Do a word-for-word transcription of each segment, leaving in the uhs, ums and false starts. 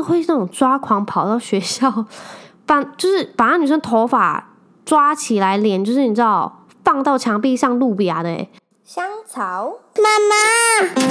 的会那种抓狂跑到学校，把就是把那女生头发抓起来，脸就是你知道放到墙壁上露比亚的欸。 香草妈妈。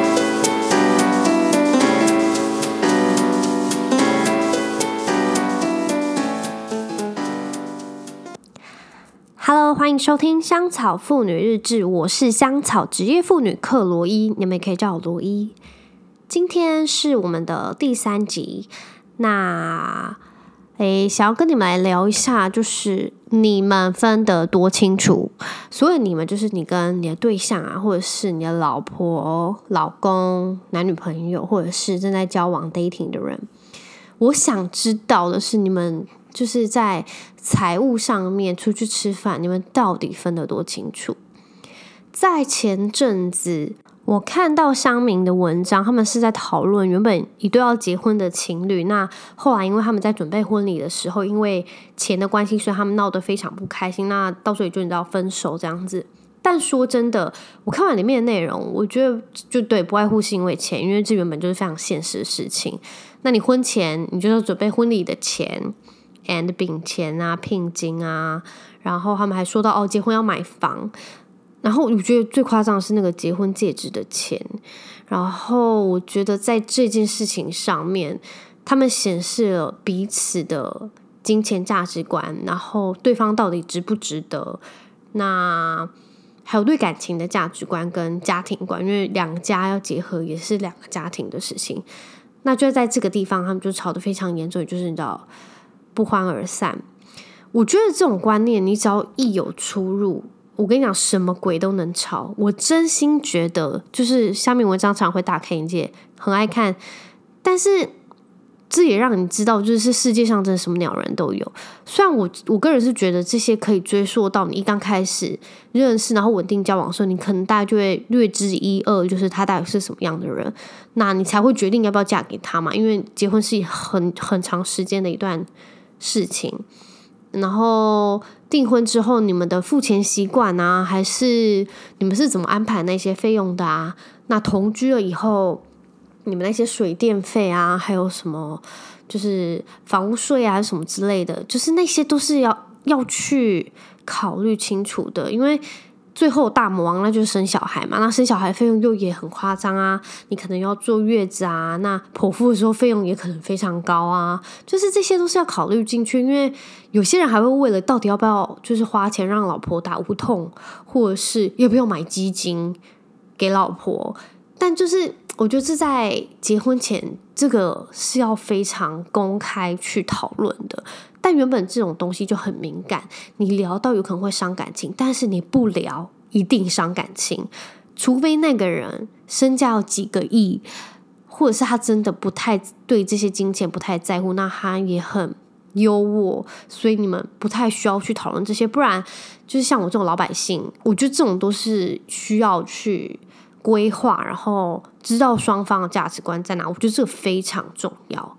Hello， 欢迎收听香草妇女日志，我是香草职业妇女克罗伊，你们也可以叫我罗伊。今天是我们的第三集，那诶，想要跟你们来聊一下，就是你们分得多清楚？所以你们就是你跟你的对象啊，或者是你的老婆、老公、男女朋友，或者是正在交往 dating 的人，我想知道的是你们。就是在财务上面出去吃饭，你们到底分得多清楚？在前阵子，我看到乡民的文章，他们是在讨论原本一对要结婚的情侣，那后来因为他们在准备婚礼的时候，因为钱的关系，所以他们闹得非常不开心，那到时候也就你知道分手这样子。但说真的，我看完里面的内容，我觉得就对，不外乎是因为钱，因为这原本就是非常现实的事情。那你婚前，你就要准备婚礼的钱。and 饼钱啊、聘金啊，然后他们还说到哦，结婚要买房，然后我觉得最夸张的是那个结婚戒指的钱，然后我觉得在这件事情上面，他们显示了彼此的金钱价值观，然后对方到底值不值得，那还有对感情的价值观跟家庭观，因为两家要结合也是两个家庭的事情，那就在这个地方，他们就吵得非常严重，就是你知道。不欢而散。我觉得这种观念，你只要一有出入，我跟你讲，什么鬼都能吵。我真心觉得，就是下面文章常会大开眼界，很爱看，但是这也让你知道，就是世界上真的什么鸟人都有。虽然我我个人是觉得这些可以追溯到你一刚开始认识，然后稳定交往的时候，你可能大概就会略知一二，就是他到底是什么样的人，那你才会决定要不要嫁给他嘛。因为结婚是很很长时间的一段。事情，然后订婚之后，你们的付钱习惯啊，还是你们是怎么安排那些费用的啊？那同居了以后，你们那些水电费啊，还有什么就是房屋税啊，什么之类的，就是那些都是要要去考虑清楚的，因为。最后大魔王那就是生小孩嘛，那生小孩费用又也很夸张啊，你可能要坐月子啊，那剖腹的时候费用也可能非常高啊，就是这些都是要考虑进去，因为有些人还会为了到底要不要就是花钱让老婆打无痛，或者是要不要买基金给老婆，但就是我觉得这在结婚前这个是要非常公开去讨论的。但原本这种东西就很敏感，你聊到有可能会伤感情，但是你不聊一定伤感情，除非那个人身价有几个亿，或者是他真的不太对这些金钱不太在乎，那他也很优渥，所以你们不太需要去讨论这些，不然就是像我这种老百姓，我觉得这种都是需要去规划，然后知道双方的价值观在哪，我觉得这个非常重要。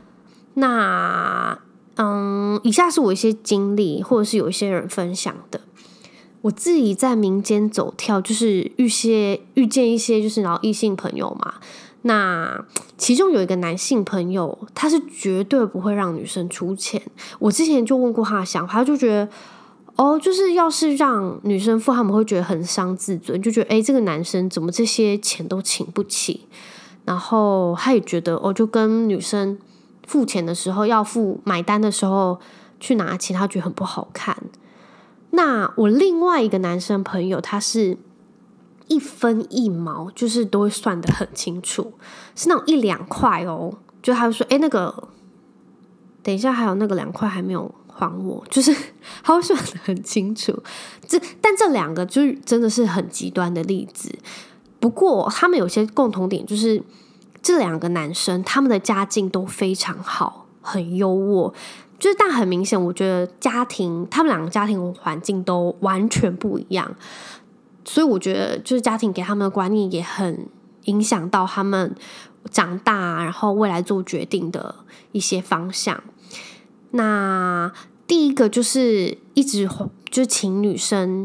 那嗯，以下是我一些经历，或者是有一些人分享的。我自己在民间走跳，就是遇些遇见一些就是然后异性朋友嘛。那其中有一个男性朋友，他是绝对不会让女生出钱。我之前就问过他的想法，他就觉得哦，就是要是让女生付，他们会觉得很伤自尊，就觉得哎，这个男生怎么这些钱都请不起。然后他也觉得哦，就跟女生。付钱的时候要付买单的时候去拿钱，他觉得很不好看。那我另外一个男生朋友，他是一分一毛，就是都会算得很清楚，是那种一两块哦，就他会说，哎，那个等一下还有那个两块还没有还我，就是他会算得很清楚。这但这两个就真的是很极端的例子。不过他们有些共同点，就是。这两个男生他们的家境都非常好，很优渥，就是但很明显我觉得家庭他们两个家庭环境都完全不一样，所以我觉得就是家庭给他们的观念也很影响到他们长大然后未来做决定的一些方向。那第一个就是一直就请女生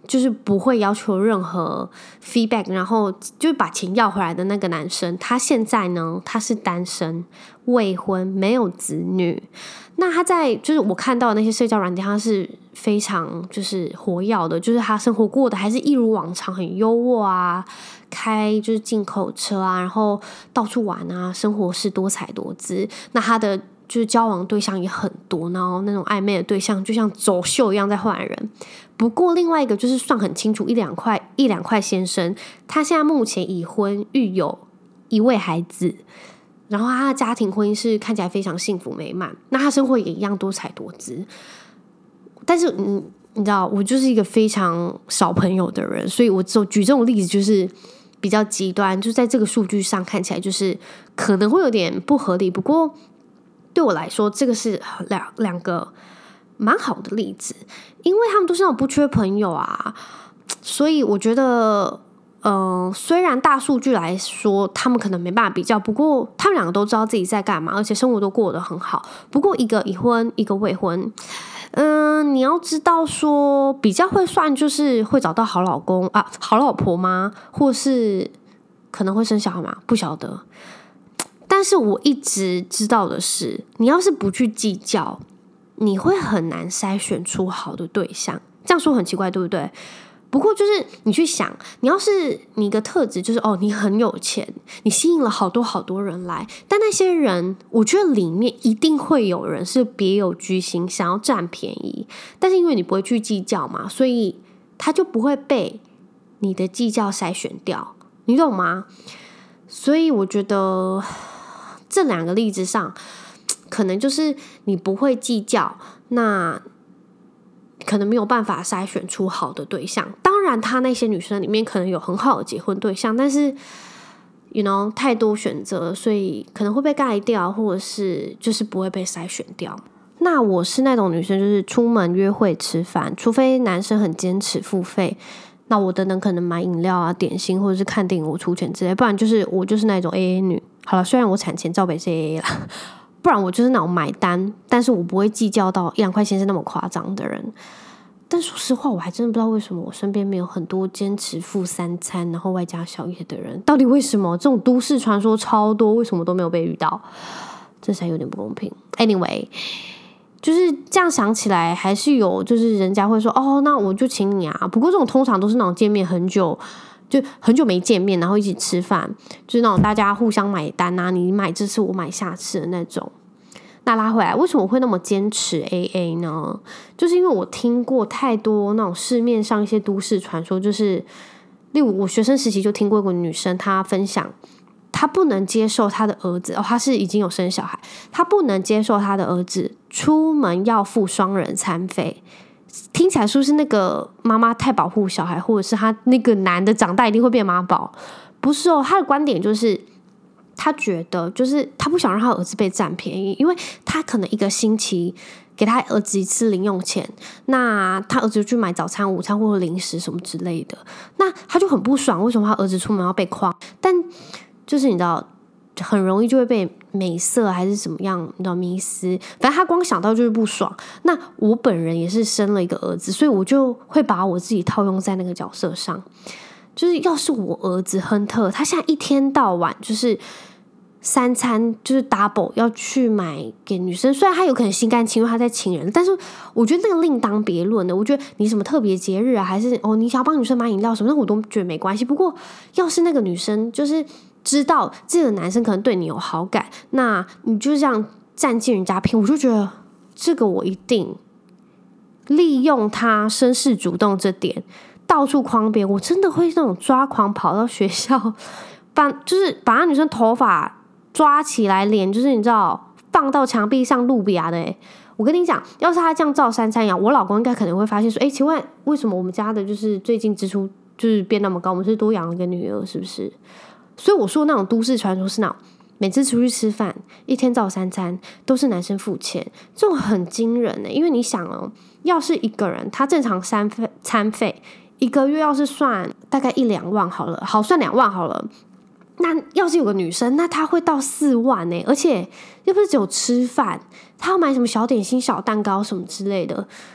就是不会要求任何 feedback， 然后就是把钱要回来的那个男生，他现在呢，他是单身、未婚、没有子女。那他在就是我看到的那些社交软件，他是非常就是活跃的，就是他生活过的还是一如往常，很优渥啊，开就是进口车啊，然后到处玩啊，生活是多彩多姿。那他的就是交往对象也很多，然后那种暧昧的对象就像走秀一样在换人。不过另外一个就是算很清楚，一两块一两块先生，他现在目前已婚，育有一位孩子。然后他的家庭婚姻是看起来非常幸福美满，那他生活也一样多彩多姿。但是嗯，你知道我就是一个非常少朋友的人，所以我只有举这种例子就是比较极端，就在这个数据上看起来就是可能会有点不合理。不过对我来说，这个是两两个蛮好的例子，因为他们都是那种不缺朋友啊，所以我觉得呃，虽然大数据来说他们可能没办法比较，不过他们两个都知道自己在干嘛，而且生活都过得很好。不过一个已婚，一个未婚，嗯、呃，你要知道说比较会算就是会找到好老公啊，好老婆吗？或是可能会生小孩吗？不晓得。但是我一直知道的是，你要是不去计较，你会很难筛选出好的对象。这样说很奇怪，对不对？不过就是你去想，你要是你一个特质就是哦，你很有钱，你吸引了好多好多人来，但那些人，我觉得里面一定会有人是别有居心，想要占便宜，但是因为你不会去计较嘛，所以他就不会被你的计较筛选掉，你懂吗？所以我觉得这两个例子上，可能就是你不会计较，那可能没有办法筛选出好的对象。当然他那些女生里面可能有很好的结婚对象，但是 you know 太多选择，所以可能会被盖掉，或者是就是不会被筛选掉。那我是那种女生，就是出门约会吃饭，除非男生很坚持付费，那我等等可能买饮料啊、点心，或者是看电影我出钱之类，不然就是我就是那种 A A 女。好了，虽然我产前照北是 A A 啦，不然我就是那种买单，但是我不会计较到一两块钱是那么夸张的人。但说实话，我还真的不知道为什么我身边没有很多坚持付三餐然后外加宵夜的人，到底为什么？这种都市传说超多，为什么都没有被遇到？这才有点不公平。Anyway， 就是这样想起来，还是有就是人家会说哦，那我就请你啊。不过这种通常都是那种见面很久。就很久没见面，然后一起吃饭，就是那种大家互相买单啊，你买这次我买下次的那种。那拉回来，为什么我会那么坚持 A A 呢？就是因为我听过太多那种市面上一些都市传说，就是例如我学生时期就听过一个女生，她分享她不能接受她的儿子哦，她是已经有生小孩，她不能接受她的儿子出门要付双人餐费。听起来是不是那个妈妈太保护小孩，或者是他那个男的长大一定会变妈宝？不是哦，他的观点就是他觉得就是他不想让他儿子被占便宜，因为他可能一个星期给他儿子一次零用钱，那他儿子就去买早餐、午餐或者零食什么之类的，那他就很不爽，为什么他儿子出门要被诓？但就是你知道，很容易就会被美色还是怎么样，你知道迷思，反正他光想到就是不爽。那我本人也是生了一个儿子，所以我就会把我自己套用在那个角色上。就是要是我儿子亨特，他现在一天到晚就是三餐就是 double 要去买给女生，虽然他有可能心甘情愿他在请人，但是我觉得那个另当别论的。我觉得你什么特别节日啊，还是哦你想要帮女生买饮料什么，那我都觉得没关系。不过要是那个女生就是知道这个男生可能对你有好感，那你就这样占尽人家便宜，我就觉得这个我一定利用他绅士主动这点到处诓别，我真的会那种抓狂跑到学校，把就是把那女生头发抓起来，脸就是你知道放到墙壁上露比亚的欸。我跟你讲，要是他这样照三餐养，我老公应该可能会发现说，哎，请问为什么我们家的就是最近支出就是变那么高？我们是多养了一个女儿，是不是？所以我说那种都市传说是那种每次出去吃饭一天照三餐都是男生付钱，这种很惊人欸。因为你想哦，要是一个人他正常餐费餐费一个月要是算大概一两万好了，好算两万好了，那要是有个女生，那她会到四万欸，而且又不是只有吃饭，她要买什么小点心、小蛋糕什么之类的，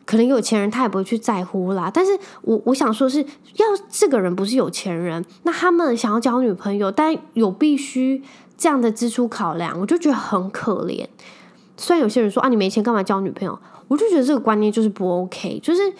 可能有钱人他也不会去在乎啦。但是我我想说是，要这个人不是有钱人，那他们想要交女朋友，但有必须这样的支出考量，我就觉得很可怜。虽然有些人说啊，你没钱干嘛交女朋友？我就觉得这个观念就是不 OK， 就是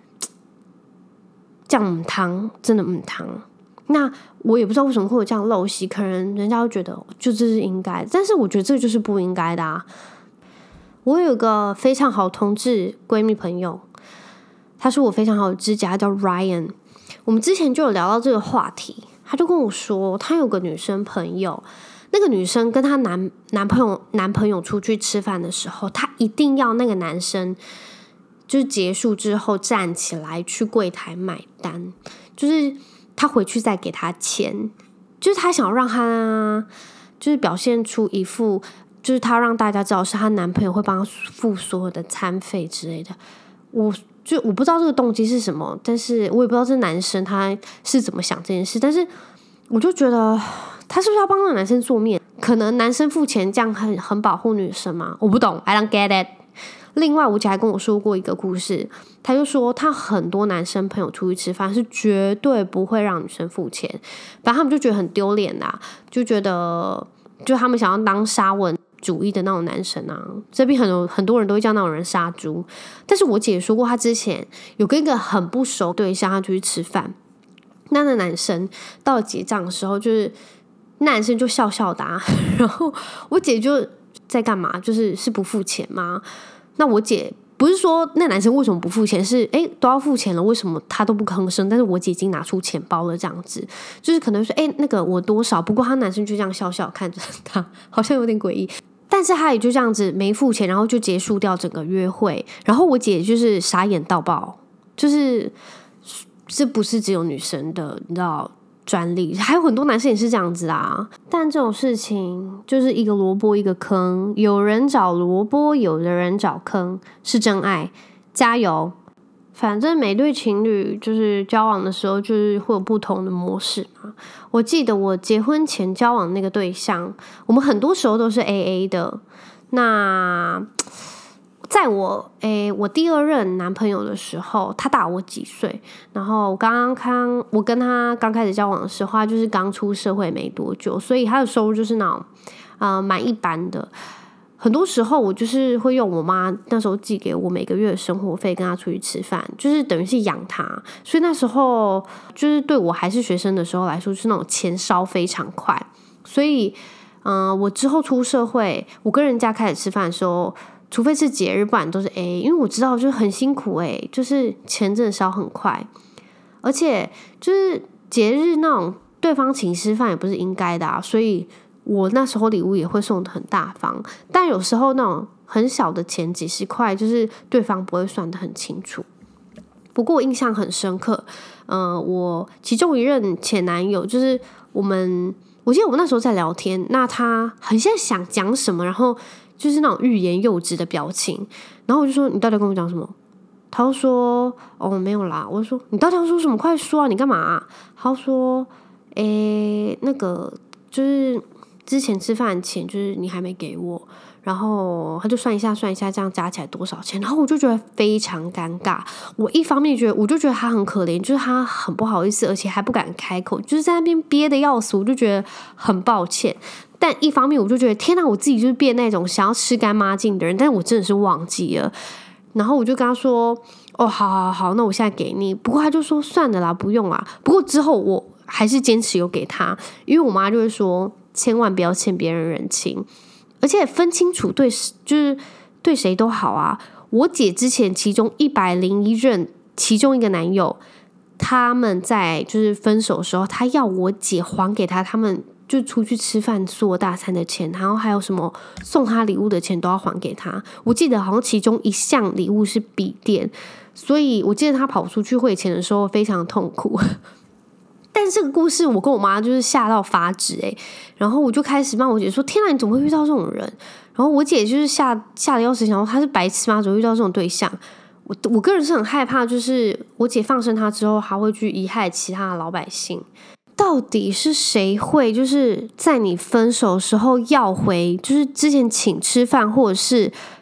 这样母汤，真的母汤。那我也不知道为什么会有这样陋习，可能人家会觉得就这是应该的，但是我觉得这就是不应该的啊。我有个非常好同志闺蜜朋友，她是我非常好的知己，她叫 Ryan。我们之前就有聊到这个话题，她就跟我说，她有个女生朋友，那个女生跟她男男朋友男朋友出去吃饭的时候，她一定要那个男生就是结束之后站起来去柜台买单，就是她回去再给他钱，就是她想要让她就是表现出一副。就是她让大家知道是她男朋友会帮她付所有的餐费之类的，我就我不知道这个动机是什么，但是我也不知道这男生他是怎么想这件事，但是我就觉得他是不是要帮那个男生做面？可能男生付钱这样很很保护女生吗？我不懂 ，I don't get it。另外，我姐还跟我说过一个故事，她就说她很多男生朋友出去吃饭是绝对不会让女生付钱，反正他们就觉得很丢脸啦，就觉得就他们想要当沙文主义的那种男生啊，这边很多很多人都会叫那种人杀猪。但是我姐说过，她之前有跟一个很不熟对象，她出去吃饭，那那男生到了结账的时候，就是那男生就笑笑的、啊，然后我姐就在干嘛？就是是不付钱吗？那我姐不是说那男生为什么不付钱，是哎都要付钱了，为什么他都不吭声？但是我姐已经拿出钱包了，这样子就是可能说哎那个我多少，不过他男生就这样笑笑看着他，好像有点诡异。但是他也就这样子没付钱，然后就结束掉整个约会。然后我姐就是傻眼到爆，就是这不是只有女生的，你知道专利，还有很多男生也是这样子啊。但这种事情就是一个萝卜一个坑，有人找萝卜，有的人找坑，是真爱，加油！反正每对情侣就是交往的时候，就是会有不同的模式嘛。我记得我结婚前交往那个对象，我们很多时候都是 A A 的。那在我诶，我第二任男朋友的时候，他大我几岁，然后我刚刚刚我跟他刚开始交往的时候，他就是刚出社会没多久，所以他的收入就是那种呃蛮一般的。很多时候我就是会用我妈那时候寄给我每个月的生活费跟她出去吃饭，就是等于是养她，所以那时候就是对我还是学生的时候来说，就是那种钱烧非常快。所以嗯、呃，我之后出社会，我跟人家开始吃饭的时候，除非是节日，不然都是 A， 因为我知道就是很辛苦欸，就是钱真的烧很快，而且就是节日那种对方请吃饭也不是应该的啊，所以我那时候礼物也会送的很大方，但有时候那种很小的钱几十块，就是对方不会算得很清楚。不过我印象很深刻，呃，我其中一任前男友，就是我们，我记得我们那时候在聊天，那他很像想讲什么，然后就是那种欲言又止的表情，然后我就说你到底要跟我讲什么？他就说哦没有啦，我就说你到底要说什么？快说啊，你干嘛啊？他就说诶那个就是之前吃饭钱就是你还没给我，然后他就算一下算一下，这样加起来多少钱？然后我就觉得非常尴尬。我一方面觉得，我就觉得他很可怜，就是他很不好意思，而且还不敢开口，就是在那边憋得要死，我就觉得很抱歉。但一方面我就觉得天哪，我自己就是变那种想要吃干抹净的人，但是我真的是忘记了。然后我就跟他说：“哦，好好好，那我现在给你。”不过他就说：“算了啦，不用啦。”不过之后我还是坚持有给他，因为我妈就会说。千万不要欠别人人情，而且分清楚对，就是对谁都好啊。我姐之前其中一百零一任其中一个男友，他们在就是分手的时候，他要我姐还给他，他们就出去吃饭做大餐的钱，然后还有什么送他礼物的钱都要还给他。我记得好像其中一项礼物是笔电，所以我记得他跑出去汇钱的时候非常痛苦。但是这个故事我跟我妈就是吓到发指欸，然后我就开始骂我姐说天哪，你怎么会遇到这种人？然后我姐就是吓吓得要死，想说她是白痴吗？怎么遇到这种对象？我我个人是很害怕，就是我姐放生他之后，还会去贻害其他的老百姓。到底是谁会就是在你分手的时候要回，就是之前请吃饭或者是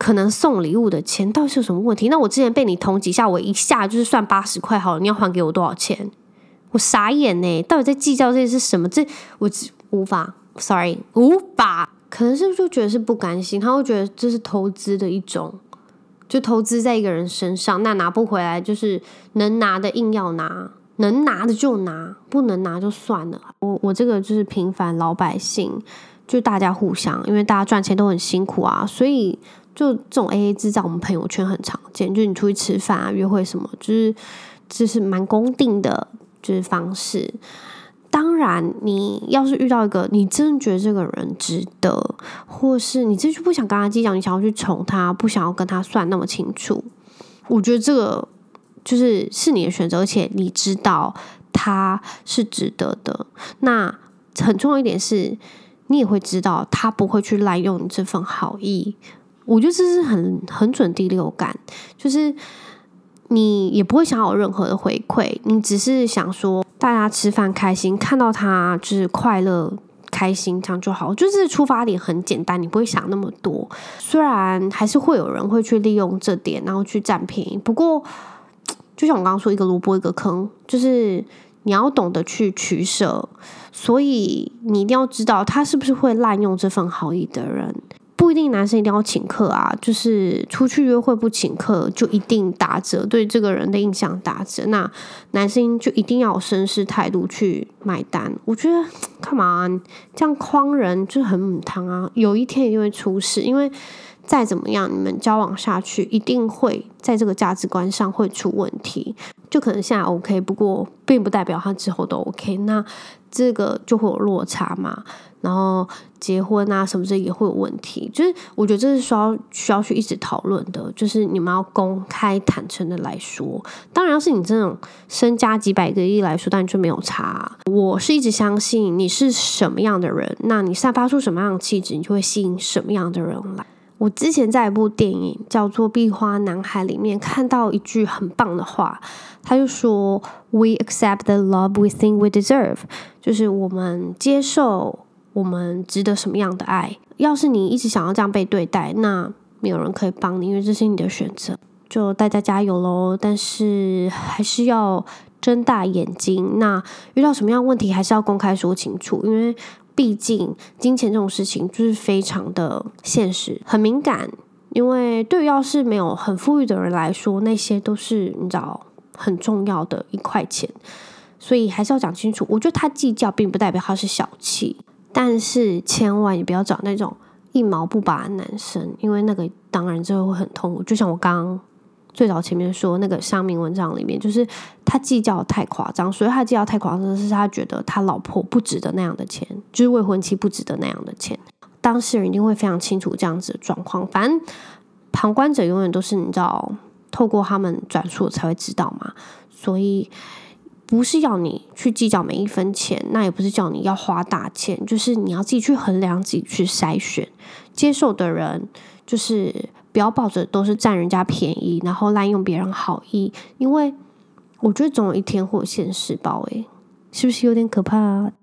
可能送礼物的钱到底是有什么问题？那我之前被你捅几下，我一下就是算八十块好了，你要还给我多少钱？我傻眼呢，到底在计较这些是什么？这我无法 ，sorry， 无法。可能是不是就觉得是不甘心，他会觉得这是投资的一种，就投资在一个人身上，那拿不回来就是能拿的硬要拿，能拿的就拿，不能拿就算了。我我这个就是平凡老百姓，就大家互相，因为大家赚钱都很辛苦啊，所以就这种 A A 制在我们朋友圈很常见，就是你出去吃饭啊、约会什么，就是就是蛮公定的，就是方式。当然，你要是遇到一个你真的觉得这个人值得，或是你真的不想跟他计较，你想要去宠他，不想要跟他算那么清楚，我觉得这个就是是你的选择，而且你知道他是值得的。那很重要一点是，你也会知道他不会去滥用你这份好意。我觉得这是很很准第六感，就是你也不会想要有任何的回馈，你只是想说大家吃饭开心，看到他就是快乐开心，这样就好。就是出发点很简单，你不会想那么多。虽然还是会有人会去利用这点，然后去占便宜，不过就像我刚刚说，一个萝卜一个坑，就是你要懂得去取舍。所以你一定要知道他是不是会滥用这份好意的人。不一定男生一定要请客啊，就是出去约会不请客就一定打折，对这个人的印象打折。那男生就一定要有绅士态度去买单。我觉得干嘛这样诓人就很母汤啊，有一天一定会出事，因为再怎么样你们交往下去一定会在这个价值观上会出问题。就可能现在 OK， 不过并不代表他之后都 OK， 那这个就会有落差嘛，然后结婚啊什么的也会有问题。就是我觉得这是需要需要去一直讨论的，就是你们要公开坦诚的来说。当然要是你这种身家几百个亿来说，当然就没有差啊。我是一直相信你是什么样的人，那你散发出什么样的气质，你就会吸引什么样的人来。我之前在一部电影叫做《壁花男孩》里面看到一句很棒的话，他就说 We accept the love we think we deserve， 就是我们接受我们值得什么样的爱。要是你一直想要这样被对待，那没有人可以帮你，因为这是你的选择。就大家加油咯，但是还是要睁大眼睛，那遇到什么样的问题还是要公开说清楚，因为毕竟金钱这种事情就是非常的现实，很敏感。因为对于要是没有很富裕的人来说，那些都是你知道很重要的一块钱，所以还是要讲清楚。我觉得他计较并不代表他是小气，但是千万也不要找那种一毛不拔的男生，因为那个当然就会很痛苦。就像我刚刚最早前面说那个上面文章里面，就是他计较太夸张，所以他计较太夸张是他觉得他老婆不值得那样的钱，就是未婚妻不值得那样的钱。当事人一定会非常清楚这样子的状况，反正旁观者永远都是你知道透过他们转述才会知道嘛，所以不是要你去计较每一分钱，那也不是叫你要花大钱，就是你要自己去衡量，自己去筛选。接受的人就是不要抱着都是占人家便宜，然后滥用别人好意，因为我觉得总有一天会有现世报，诶，是不是有点可怕啊？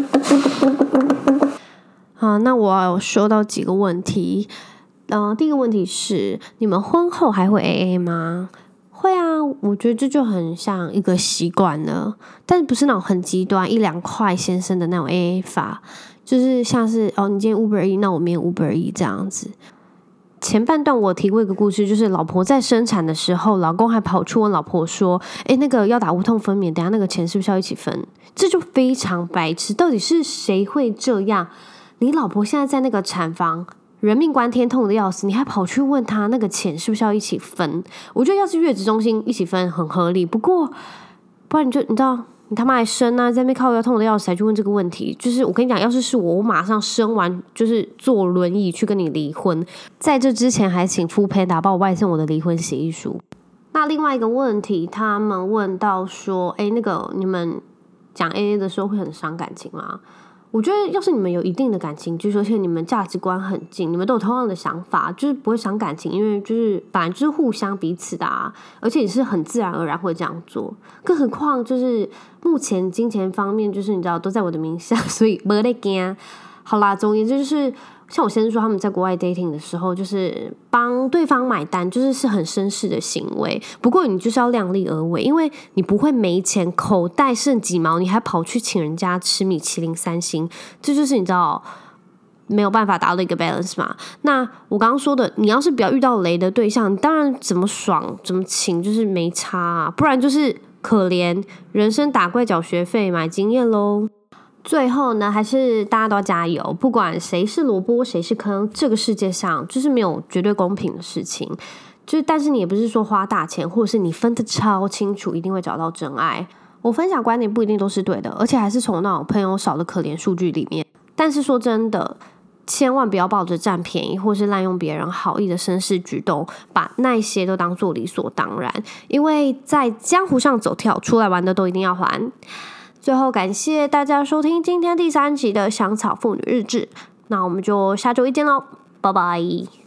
啊，那我有收到几个问题。呃，第一个问题是，你们婚后还会 A A 吗？会啊，我觉得这就很像一个习惯了，但是不是那种很极端一两块先生的那种 A A 法，就是像是哦，你今天 Uber E， 那我明天 Uber E 这样子。前半段我提过一个故事，就是老婆在生产的时候，老公还跑去问老婆说：“诶，那个要打无痛分娩，等一下那个钱是不是要一起分？”这就非常白痴，到底是谁会这样？你老婆现在在那个产房，人命关天，痛的要死，你还跑去问他那个钱是不是要一起分？我觉得要是月子中心一起分很合理，不过不然你就你知道你他妈还生啊，在那边靠腰痛的要死才去问这个问题。就是我跟你讲，要是是我，我马上生完就是坐轮椅去跟你离婚，在这之前还请 Foodpanda 帮我外送我的离婚协议书。那另外一个问题，他们问到说，哎，那个你们讲 A A 的时候会很伤感情吗？我觉得要是你们有一定的感情，就是而且你们价值观很近，你们都有同样的想法，就是不会伤感情，因为就是本来就是互相彼此的啊，而且也是很自然而然会这样做。更何况就是目前金钱方面，就是你知道都在我的名下，所以没得惊。好啦，总而言之就是像我先生说他们在国外 dating 的时候，就是帮对方买单，就是是很绅士的行为。不过你就是要量力而为，因为你不会没钱，口袋剩几毛，你还跑去请人家吃米其林三星，这就是你知道没有办法达到一个 balance 嘛。那我刚刚说的，你要是不要遇到雷的对象，你当然怎么爽怎么请就是没差啊，不然就是可怜人生打怪缴学费买经验咯。最后呢，还是大家都要加油，不管谁是萝卜谁是坑，这个世界上就是没有绝对公平的事情。就是但是你也不是说花大钱或者是你分得超清楚一定会找到真爱。我分享观点不一定都是对的，而且还是从那种朋友少的可怜数据里面。但是说真的，千万不要抱着占便宜或是滥用别人好意的绅士举动，把那些都当作理所当然。因为在江湖上走跳，出来玩的都一定要还。最后感谢大家收听今天第三集的香草妇女日志，那我们就下周一见咯，拜拜。